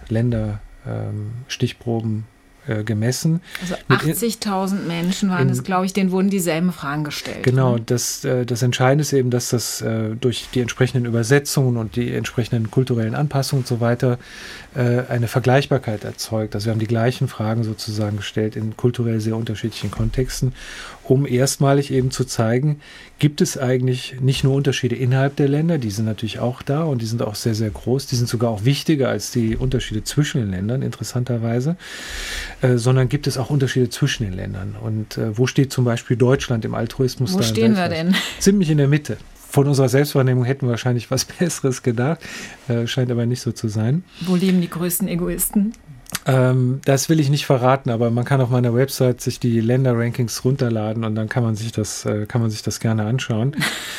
Länderstichproben äh, gemessen. Also achtzigtausend Menschen waren es, glaube ich, denen wurden dieselben Fragen gestellt. Genau, ne? das, äh, das Entscheidende ist eben, dass das äh, durch die entsprechenden Übersetzungen und die entsprechenden kulturellen Anpassungen und so weiter äh, eine Vergleichbarkeit erzeugt. Also wir haben die gleichen Fragen sozusagen gestellt in kulturell sehr unterschiedlichen Kontexten, um erstmalig eben zu zeigen, gibt es eigentlich nicht nur Unterschiede innerhalb der Länder, die sind natürlich auch da und die sind auch sehr, sehr groß, die sind sogar auch wichtiger als die Unterschiede zwischen den Ländern, interessanterweise. äh, sondern gibt es auch Unterschiede zwischen den Ländern. Und äh, wo steht zum Beispiel Deutschland im Altruismus? Wo stehen wir denn? Ziemlich in der Mitte. Von unserer Selbstwahrnehmung hätten wir wahrscheinlich was Besseres gedacht, äh, scheint aber nicht so zu sein. Wo leben die größten Egoisten? Ähm, das will ich nicht verraten, aber man kann auf meiner Website sich die Länderrankings runterladen und dann kann man sich das, äh, kann man sich das gerne anschauen.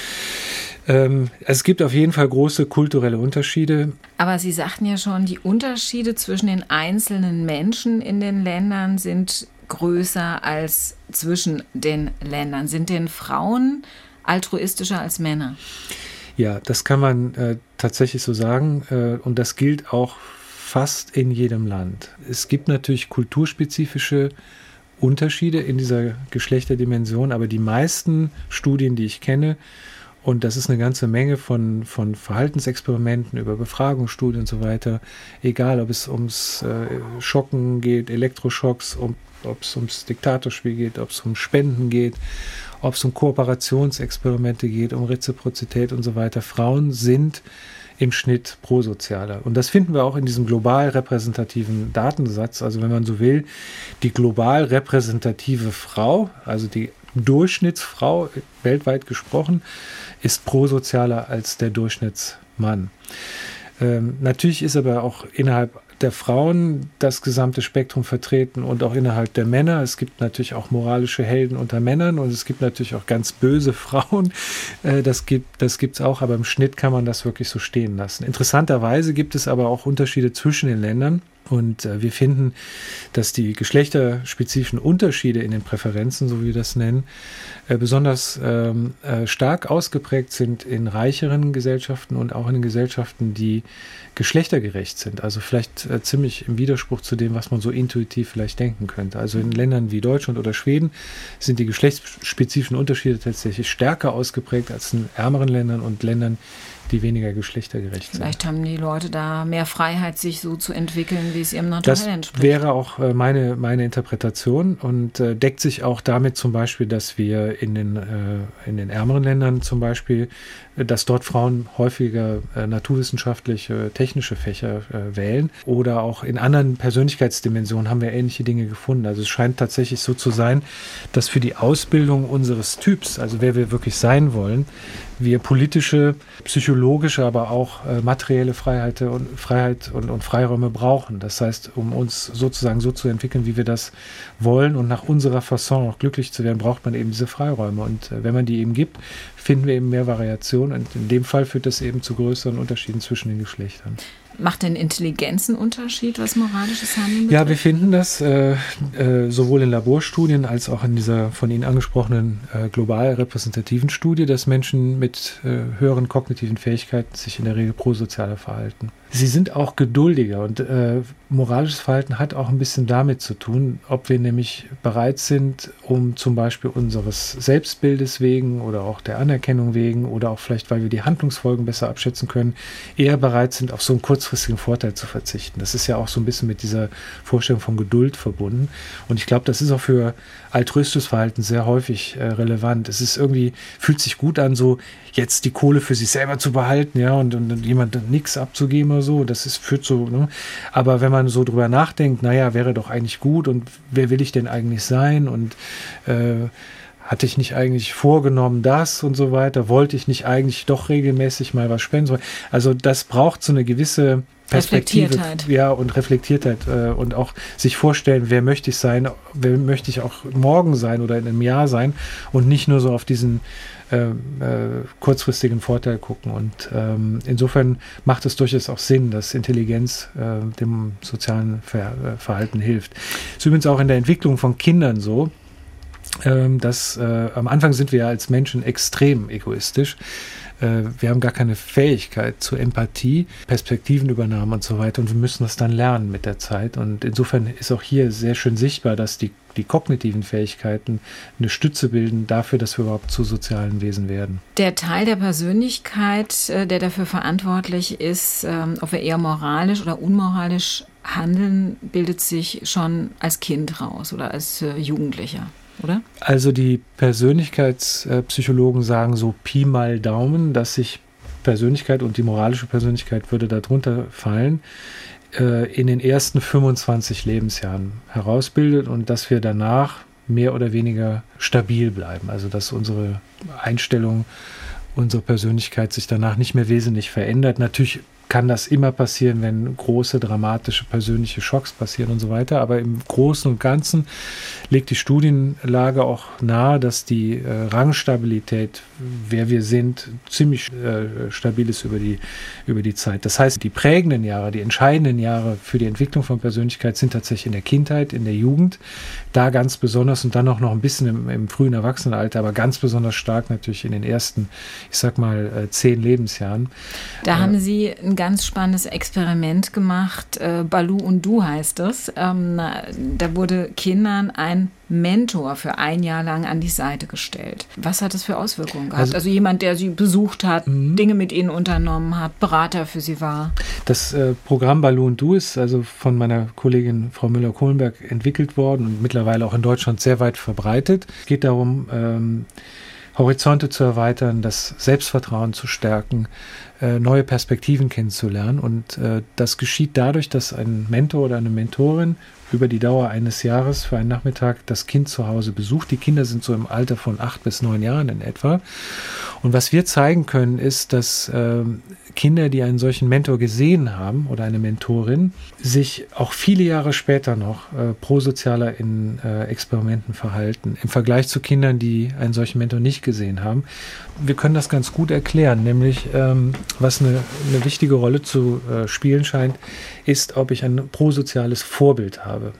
ähm, es gibt auf jeden Fall große kulturelle Unterschiede. Aber Sie sagten ja schon, die Unterschiede zwischen den einzelnen Menschen in den Ländern sind größer als zwischen den Ländern. Sind denn Frauen altruistischer als Männer? Ja, das kann man äh, tatsächlich so sagen äh, und das gilt auch fast in jedem Land. Es gibt natürlich kulturspezifische Unterschiede in dieser Geschlechterdimension, aber die meisten Studien, die ich kenne, und das ist eine ganze Menge von, von Verhaltensexperimenten über Befragungsstudien und so weiter, egal ob es ums äh, Schocken geht, Elektroschocks, um, ob es ums Diktatorspiel geht, ob es um Spenden geht, ob es um Kooperationsexperimente geht, um Reziprozität und so weiter. Frauen sind im Schnitt prosozialer. Und das finden wir auch in diesem global repräsentativen Datensatz. Also wenn man so will, die global repräsentative Frau, also die Durchschnittsfrau, weltweit gesprochen, ist prosozialer als der Durchschnittsmann. Ähm, natürlich ist aber auch innerhalb der Frauen das gesamte Spektrum vertreten und auch innerhalb der Männer. Es gibt natürlich auch moralische Helden unter Männern und es gibt natürlich auch ganz böse Frauen. Äh, das gibt das gibt's auch, aber im Schnitt kann man das wirklich so stehen lassen. Interessanterweise gibt es aber auch Unterschiede zwischen den Ländern. Und äh, wir finden, dass die geschlechterspezifischen Unterschiede in den Präferenzen, so wie wir das nennen, äh, besonders ähm, äh, stark ausgeprägt sind in reicheren Gesellschaften und auch in den Gesellschaften, die geschlechtergerecht sind. Also vielleicht äh, ziemlich im Widerspruch zu dem, was man so intuitiv vielleicht denken könnte. Also in Ländern wie Deutschland oder Schweden sind die geschlechtsspezifischen Unterschiede tatsächlich stärker ausgeprägt als in ärmeren Ländern und Ländern, die weniger geschlechtergerecht sind. Vielleicht haben die Leute da mehr Freiheit, sich so zu entwickeln, wie es ihrem Naturell entspricht. Das wäre auch äh, meine, meine Interpretation und äh, deckt sich auch damit zum Beispiel, dass wir in den, äh, in den ärmeren Ländern zum Beispiel, äh, dass dort Frauen häufiger äh, naturwissenschaftliche, technische Fächer äh, wählen oder auch in anderen Persönlichkeitsdimensionen haben wir ähnliche Dinge gefunden. Also es scheint tatsächlich so zu sein, dass für die Ausbildung unseres Typs, also wer wir wirklich sein wollen, wir politische, psychologische, aber auch äh, materielle Freiheit und, Freiheit und, und Freiräume brauchen. Das heißt, um uns sozusagen so zu entwickeln, wie wir das wollen und nach unserer Fasson auch glücklich zu werden, braucht man eben diese Freiräume. Und äh, wenn man die eben gibt, finden wir eben mehr Variation. Und in dem Fall führt das eben zu größeren Unterschieden zwischen den Geschlechtern. Macht denn Intelligenz einen Unterschied, was moralisches Handeln betrifft? Ja, wir finden das äh, äh, sowohl in Laborstudien als auch in dieser von Ihnen angesprochenen äh, global repräsentativen Studie, dass Menschen mit äh, höheren kognitiven Fähigkeiten sich in der Regel prosozialer verhalten. Sie sind auch geduldiger und äh, moralisches Verhalten hat auch ein bisschen damit zu tun, ob wir nämlich bereit sind, um zum Beispiel unseres Selbstbildes wegen oder auch der Anerkennung wegen oder auch vielleicht, weil wir die Handlungsfolgen besser abschätzen können, eher bereit sind, auf so einen kurzfristigen Vorteil zu verzichten. Das ist ja auch so ein bisschen mit dieser Vorstellung von Geduld verbunden. Und ich glaube, das ist auch für altruistisches Verhalten sehr häufig äh, relevant. Es ist irgendwie, fühlt sich gut an, so jetzt die Kohle für sich selber zu behalten, ja, und, und, und jemandem nichts abzugeben oder so. Das ist, führt so, ne? Aber wenn man so drüber nachdenkt, naja, wäre doch eigentlich gut und wer will ich denn eigentlich sein und äh, hatte ich nicht eigentlich vorgenommen das und so weiter, wollte ich nicht eigentlich doch regelmäßig mal was spenden? Also das braucht so eine gewisse Perspektive, ja, und Reflektiertheit äh, und auch sich vorstellen, wer möchte ich sein, wer möchte ich auch morgen sein oder in einem Jahr sein und nicht nur so auf diesen äh, äh, kurzfristigen Vorteil gucken. Und ähm, insofern macht es durchaus auch Sinn, dass Intelligenz äh, dem sozialen Ver- äh, Verhalten hilft. Ist übrigens auch in der Entwicklung von Kindern so, ähm, dass äh, am Anfang sind wir ja als Menschen extrem egoistisch. Wir haben gar keine Fähigkeit zur Empathie, Perspektivenübernahme und so weiter und wir müssen das dann lernen mit der Zeit und insofern ist auch hier sehr schön sichtbar, dass die, die kognitiven Fähigkeiten eine Stütze bilden dafür, dass wir überhaupt zu sozialen Wesen werden. Der Teil der Persönlichkeit, der dafür verantwortlich ist, ob wir eher moralisch oder unmoralisch handeln, bildet sich schon als Kind raus oder als Jugendlicher. Oder? Also die Persönlichkeitspsychologen sagen so Pi mal Daumen, dass sich Persönlichkeit und die moralische Persönlichkeit würde darunter fallen, äh, in den ersten fünfundzwanzig Lebensjahren herausbildet und dass wir danach mehr oder weniger stabil bleiben. Also dass unsere Einstellung, unsere Persönlichkeit sich danach nicht mehr wesentlich verändert. Natürlich kann das immer passieren, wenn große, dramatische persönliche Schocks passieren und so weiter. Aber im Großen und Ganzen legt die Studienlage auch nahe, dass die äh, Rangstabilität, wer wir sind, ziemlich äh, stabil ist über die, über die Zeit. Das heißt, die prägenden Jahre, die entscheidenden Jahre für die Entwicklung von Persönlichkeit sind tatsächlich in der Kindheit, in der Jugend. Da ganz besonders und dann auch noch ein bisschen im, im frühen Erwachsenenalter, aber ganz besonders stark natürlich in den ersten, ich sag mal, äh, zehn Lebensjahren. Da äh, haben Sie ein ganz spannendes Experiment gemacht. Äh, Baloo und Du heißt es. Ähm, da wurde Kindern ein Mentor für ein Jahr lang an die Seite gestellt. Was hat das für Auswirkungen gehabt? Also, also jemand, der Sie besucht hat, m- Dinge mit Ihnen unternommen hat, Berater für Sie war. Das äh, Programm Baloo und Du ist also von meiner Kollegin Frau Müller-Kohlenberg entwickelt worden und mittlerweile auch in Deutschland sehr weit verbreitet. Es geht darum, ähm, Horizonte zu erweitern, das Selbstvertrauen zu stärken, äh, neue Perspektiven kennenzulernen. Und äh, das geschieht dadurch, dass ein Mentor oder eine Mentorin über die Dauer eines Jahres für einen Nachmittag das Kind zu Hause besucht. Die Kinder sind so im Alter von acht bis neun Jahren in etwa. Und was wir zeigen können, ist, dass äh, Kinder, die einen solchen Mentor gesehen haben oder eine Mentorin, sich auch viele Jahre später noch äh, prosozialer in äh, Experimenten verhalten, im Vergleich zu Kindern, die einen solchen Mentor nicht gesehen haben. Wir können das ganz gut erklären, nämlich ähm, was eine, eine wichtige Rolle zu äh, spielen scheint, ist, ob ich ein prosoziales Vorbild habe.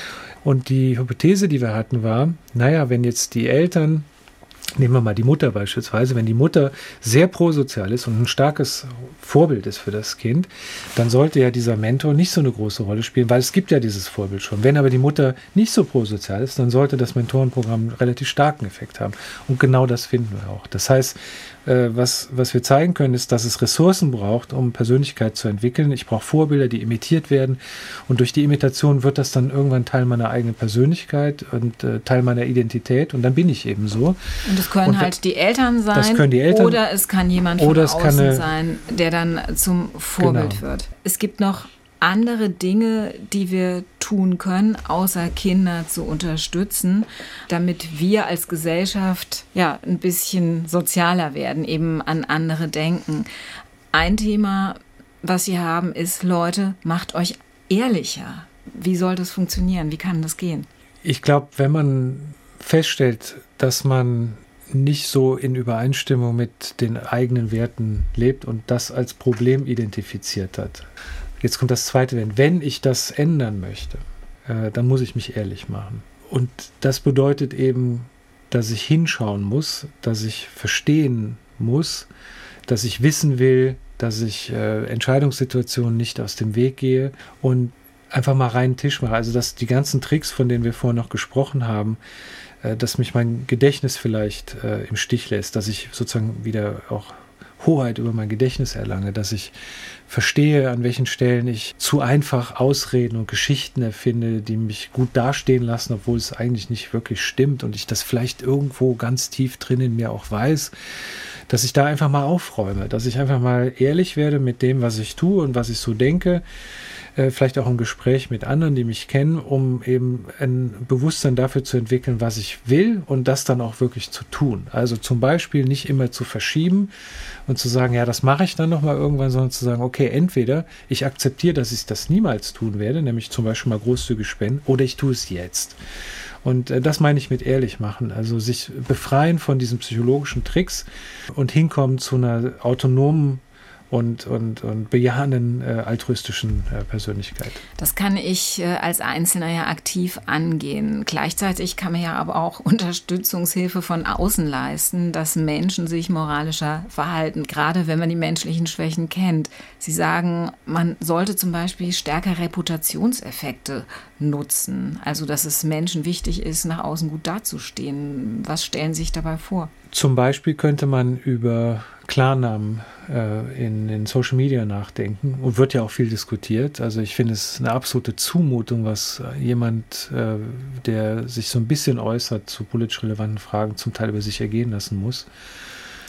Und die Hypothese, die wir hatten, war, naja, wenn jetzt die Eltern, nehmen wir mal die Mutter beispielsweise, wenn die Mutter sehr prosozial ist und ein starkes Vorbild ist für das Kind, dann sollte ja dieser Mentor nicht so eine große Rolle spielen, weil es gibt ja dieses Vorbild schon. Wenn aber die Mutter nicht so prosozial ist, dann sollte das Mentorenprogramm einen relativ starken Effekt haben. Und genau das finden wir auch. Das heißt, äh, was, was wir zeigen können, ist, dass es Ressourcen braucht, um Persönlichkeit zu entwickeln. Ich brauche Vorbilder, die imitiert werden. Und durch die Imitation wird das dann irgendwann Teil meiner eigenen Persönlichkeit und äh, Teil meiner Identität. Und dann bin ich eben so. Und es können und, halt die Eltern sein, das können die Eltern, oder es kann jemand von oder es außen kann eine, sein, der dann zum Vorbild genau. wird. Es gibt noch andere Dinge, die wir tun können, außer Kinder zu unterstützen, damit wir als Gesellschaft ja ein bisschen sozialer werden, eben an andere denken. Ein Thema, was Sie haben, ist, Leute, macht euch ehrlicher. Wie soll das funktionieren? Wie kann das gehen? Ich glaube, wenn man feststellt, dass man nicht so in Übereinstimmung mit den eigenen Werten lebt und das als Problem identifiziert hat. Jetzt kommt das Zweite, wenn, wenn ich das ändern möchte, äh, dann muss ich mich ehrlich machen. Und das bedeutet eben, dass ich hinschauen muss, dass ich verstehen muss, dass ich wissen will, dass ich äh, Entscheidungssituationen nicht aus dem Weg gehe und einfach mal reinen Tisch mache. Also dass die ganzen Tricks, von denen wir vorhin noch gesprochen haben, äh, dass mich mein Gedächtnis vielleicht äh, im Stich lässt, dass ich sozusagen wieder auch Hoheit über mein Gedächtnis erlange, dass ich verstehe, an welchen Stellen ich zu einfach Ausreden und Geschichten erfinde, die mich gut dastehen lassen, obwohl es eigentlich nicht wirklich stimmt und ich das vielleicht irgendwo ganz tief drin in mir auch weiß, dass ich da einfach mal aufräume, dass ich einfach mal ehrlich werde mit dem, was ich tue und was ich so denke, äh, vielleicht auch im Gespräch mit anderen, die mich kennen, um eben ein Bewusstsein dafür zu entwickeln, was ich will und das dann auch wirklich zu tun. Also zum Beispiel nicht immer zu verschieben und zu sagen, ja, das mache ich dann nochmal irgendwann, sondern zu sagen, okay, entweder ich akzeptiere, dass ich das niemals tun werde, nämlich zum Beispiel mal großzügig spenden, oder ich tue es jetzt. Und äh, das meine ich mit ehrlich machen, also sich befreien von diesen psychologischen Tricks und hinkommen zu einer autonomen und, und, und bejahenden äh, altruistischen äh, Persönlichkeit. Das kann ich äh, als Einzelner ja aktiv angehen. Gleichzeitig kann man ja aber auch Unterstützungshilfe von außen leisten, dass Menschen sich moralischer verhalten, gerade wenn man die menschlichen Schwächen kennt. Sie sagen, man sollte zum Beispiel stärker Reputationseffekte nutzen, also dass es Menschen wichtig ist, nach außen gut dazustehen. Was stellen Sie sich dabei vor? Zum Beispiel könnte man über Klarnamen äh, in, in Social Media nachdenken und wird ja auch viel diskutiert. Also ich finde es eine absolute Zumutung, was jemand, äh, der sich so ein bisschen äußert zu politisch relevanten Fragen, zum Teil über sich ergehen lassen muss.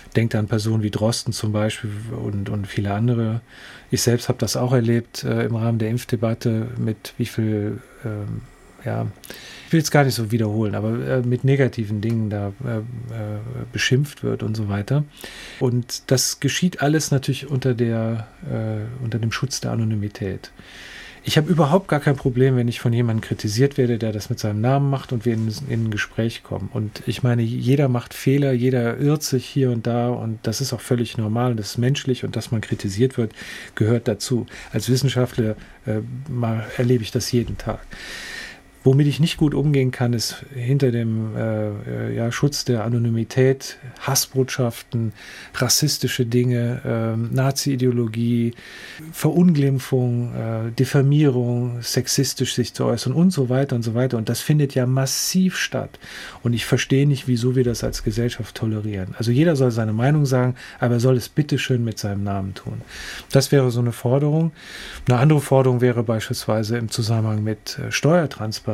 Denkt an Personen wie Drosten zum Beispiel und, und viele andere. Ich selbst habe das auch erlebt äh, im Rahmen der Impfdebatte, mit wie viel, ähm, ja, ich will es gar nicht so wiederholen, aber äh, mit negativen Dingen da äh, äh, beschimpft wird und so weiter. Und das geschieht alles natürlich unter der, äh, unter dem Schutz der Anonymität. Ich habe überhaupt gar kein Problem, wenn ich von jemandem kritisiert werde, der das mit seinem Namen macht und wir in, in ein Gespräch kommen. Und ich meine, jeder macht Fehler, jeder irrt sich hier und da und das ist auch völlig normal und das ist menschlich und dass man kritisiert wird, gehört dazu. Als Wissenschaftler äh, mal erlebe ich das jeden Tag. Womit ich nicht gut umgehen kann, ist hinter dem äh, ja, Schutz der Anonymität, Hassbotschaften, rassistische Dinge, äh, Nazi-Ideologie, Verunglimpfung, äh, Diffamierung, sexistisch sich zu äußern und so weiter und so weiter. Und das findet ja massiv statt. Und ich verstehe nicht, wieso wir das als Gesellschaft tolerieren. Also jeder soll seine Meinung sagen, aber er soll es bitteschön mit seinem Namen tun. Das wäre so eine Forderung. Eine andere Forderung wäre beispielsweise im Zusammenhang mit äh, Steuertransparenz.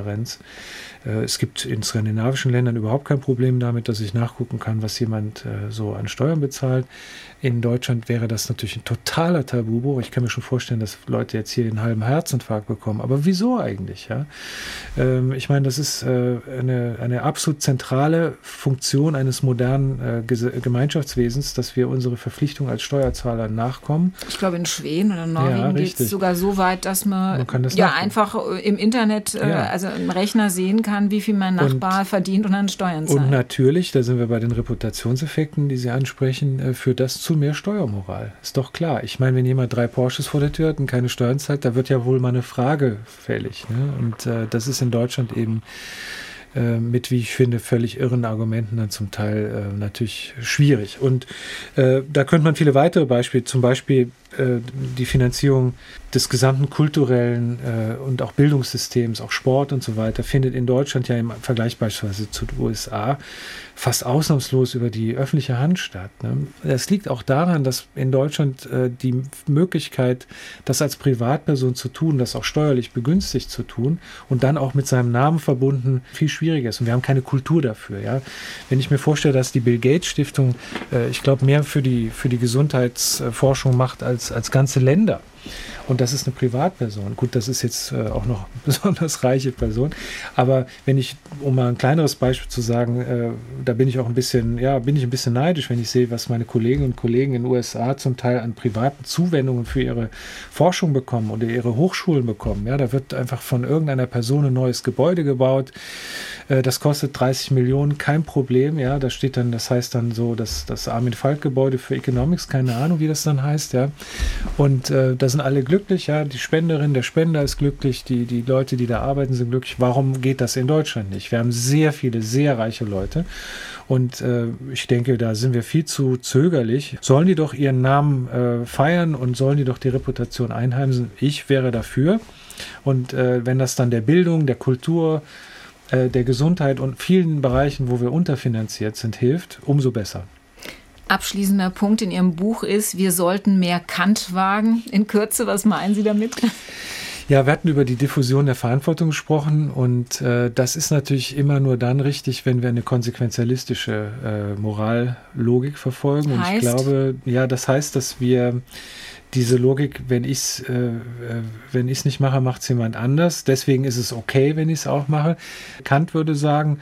Es gibt in skandinavischen Ländern überhaupt kein Problem damit, dass ich nachgucken kann, was jemand äh, so an Steuern bezahlt. In Deutschland wäre das natürlich ein totaler Tabubruch. Ich kann mir schon vorstellen, dass Leute jetzt hier den halben Herzinfarkt bekommen. Aber wieso eigentlich? Ja? Ähm, ich meine, das ist äh, eine, eine absolut zentrale Funktion eines modernen äh, Ges- Gemeinschaftswesens, dass wir unsere Verpflichtung als Steuerzahler nachkommen. Ich glaube, in Schweden oder Norwegen ja, geht es sogar so weit, dass man, man kann das ja nachgucken. einfach im Internet, äh, ja. also im Rechner sehen kann, wie viel mein Nachbar und, verdient und an Steuern zahlt. Und natürlich, da sind wir bei den Reputationseffekten, die Sie ansprechen, äh, führt das zu mehr Steuermoral. Ist doch klar. Ich meine, wenn jemand drei Porsches vor der Tür hat und keine Steuern zahlt, da wird ja wohl mal eine Frage fällig. Ne? Und äh, das ist in Deutschland eben äh, mit, wie ich finde, völlig irren Argumenten dann zum Teil äh, natürlich schwierig. Und äh, da könnte man viele weitere Beispiele, zum Beispiel äh, die Finanzierung des gesamten kulturellen äh, und auch Bildungssystems, auch Sport und so weiter, findet in Deutschland ja im Vergleich beispielsweise zu den U S A fast ausnahmslos über die öffentliche Hand statt. Ne? Das liegt auch daran, dass in Deutschland äh, die Möglichkeit, das als Privatperson zu tun, das auch steuerlich begünstigt zu tun und dann auch mit seinem Namen verbunden, viel schwieriger ist. Und wir haben keine Kultur dafür. Ja? Wenn ich mir vorstelle, dass die Bill Gates Stiftung, äh, ich glaube, mehr für die, für die Gesundheitsforschung macht als, als ganze Länder. Und das ist eine Privatperson. Gut, das ist jetzt äh, auch noch eine besonders reiche Person. Aber wenn ich, um mal ein kleineres Beispiel zu sagen, äh, da bin ich auch ein bisschen, ja, bin ich ein bisschen neidisch, wenn ich sehe, was meine Kolleginnen und Kollegen in den U S A zum Teil an privaten Zuwendungen für ihre Forschung bekommen oder ihre Hochschulen bekommen. Ja, da wird einfach von irgendeiner Person ein neues Gebäude gebaut. Äh, das kostet dreißig Millionen, kein Problem. Ja, da steht dann, das heißt dann so, das, das Armin-Falk-Gebäude für Economics, keine Ahnung, wie das dann heißt. Ja, und äh, da sind alle glücklich. Ja, die Spenderin, der Spender ist glücklich, die, die Leute, die da arbeiten, sind glücklich. Warum geht das in Deutschland nicht? Wir haben sehr viele, sehr reiche Leute und äh, ich denke, da sind wir viel zu zögerlich. Sollen die doch ihren Namen äh, feiern und sollen die doch die Reputation einheimsen? Ich wäre dafür. Und äh, wenn das dann der Bildung, der Kultur, äh, der Gesundheit und vielen Bereichen, wo wir unterfinanziert sind, hilft, umso besser. Abschließender Punkt in Ihrem Buch ist, wir sollten mehr Kant wagen. In Kürze, was meinen Sie damit? Ja, wir hatten über die Diffusion der Verantwortung gesprochen und äh, das ist natürlich immer nur dann richtig, wenn wir eine konsequenzialistische äh, Morallogik verfolgen. Und heißt? Ich glaube, ja, das heißt, dass wir diese Logik, wenn ich es äh, wenn ich's nicht mache, macht es jemand anders. Deswegen ist es okay, wenn ich es auch mache. Kant würde sagen,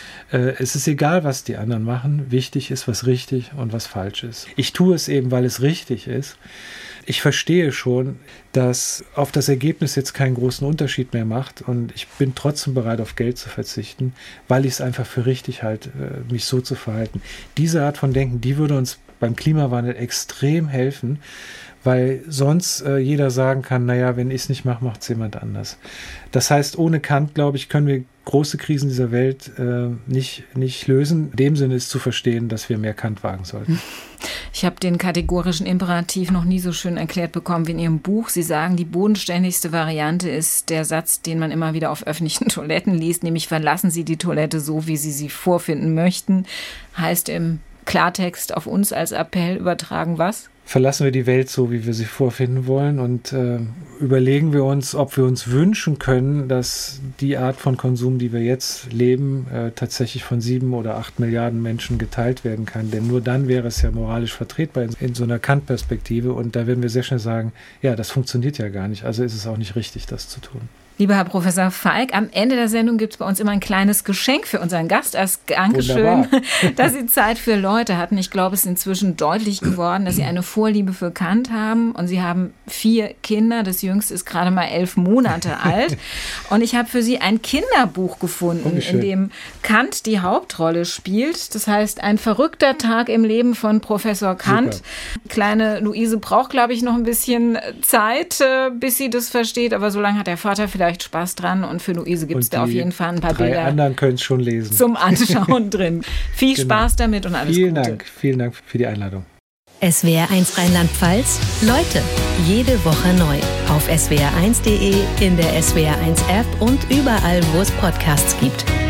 es ist egal, was die anderen machen. Wichtig ist, was richtig und was falsch ist. Ich tue es eben, weil es richtig ist. Ich verstehe schon, dass auf das Ergebnis jetzt keinen großen Unterschied mehr macht und ich bin trotzdem bereit, auf Geld zu verzichten, weil ich es einfach für richtig halte, mich so zu verhalten. Diese Art von Denken, die würde uns beim Klimawandel extrem helfen, weil sonst äh, jeder sagen kann, naja, wenn ich es nicht mache, macht es jemand anders. Das heißt, ohne Kant, glaube ich, können wir große Krisen dieser Welt äh, nicht, nicht lösen. In dem Sinne ist zu verstehen, dass wir mehr Kant wagen sollten. Ich habe den kategorischen Imperativ noch nie so schön erklärt bekommen wie in Ihrem Buch. Sie sagen, die bodenständigste Variante ist der Satz, den man immer wieder auf öffentlichen Toiletten liest, nämlich verlassen Sie die Toilette so, wie Sie sie vorfinden möchten. Heißt im Klartext auf uns als Appell übertragen was? verlassen wir die Welt so, wie wir sie vorfinden wollen und äh, überlegen wir uns, ob wir uns wünschen können, dass die Art von Konsum, die wir jetzt leben, äh, tatsächlich von sieben oder acht Milliarden Menschen geteilt werden kann. Denn nur dann wäre es ja moralisch vertretbar in, in so einer Kant-Perspektive. Und da werden wir sehr schnell sagen, ja, das funktioniert ja gar nicht. Also ist es auch nicht richtig, das zu tun. Lieber Herr Professor Falk, am Ende der Sendung gibt es bei uns immer ein kleines Geschenk für unseren Gast als Dankeschön, Wunderbar. Dass Sie Zeit für Leute hatten. Ich glaube, es ist inzwischen deutlich geworden, dass Sie eine Vorliebe für Kant haben und Sie haben vier Kinder. Das jüngste ist gerade mal elf Monate alt. Und ich habe für Sie ein Kinderbuch gefunden, oh, in dem Kant die Hauptrolle spielt. Das heißt, ein verrückter Tag im Leben von Professor Kant. Super. Kleine Luise braucht, glaube ich, noch ein bisschen Zeit, bis sie das versteht. Aber so lange hat der Vater vielleicht Spaß dran und für Luise gibt es da auf jeden Fall ein paar drei Bilder. Die anderen können es schon lesen. Zum Anschauen drin. Viel genau. Spaß damit und alles vielen Gute. Vielen Dank, vielen Dank für die Einladung. S W R eins Rheinland-Pfalz. Leute, jede Woche neu. Auf S W R eins Punkt de, in der S W R eins App und überall, wo es Podcasts gibt.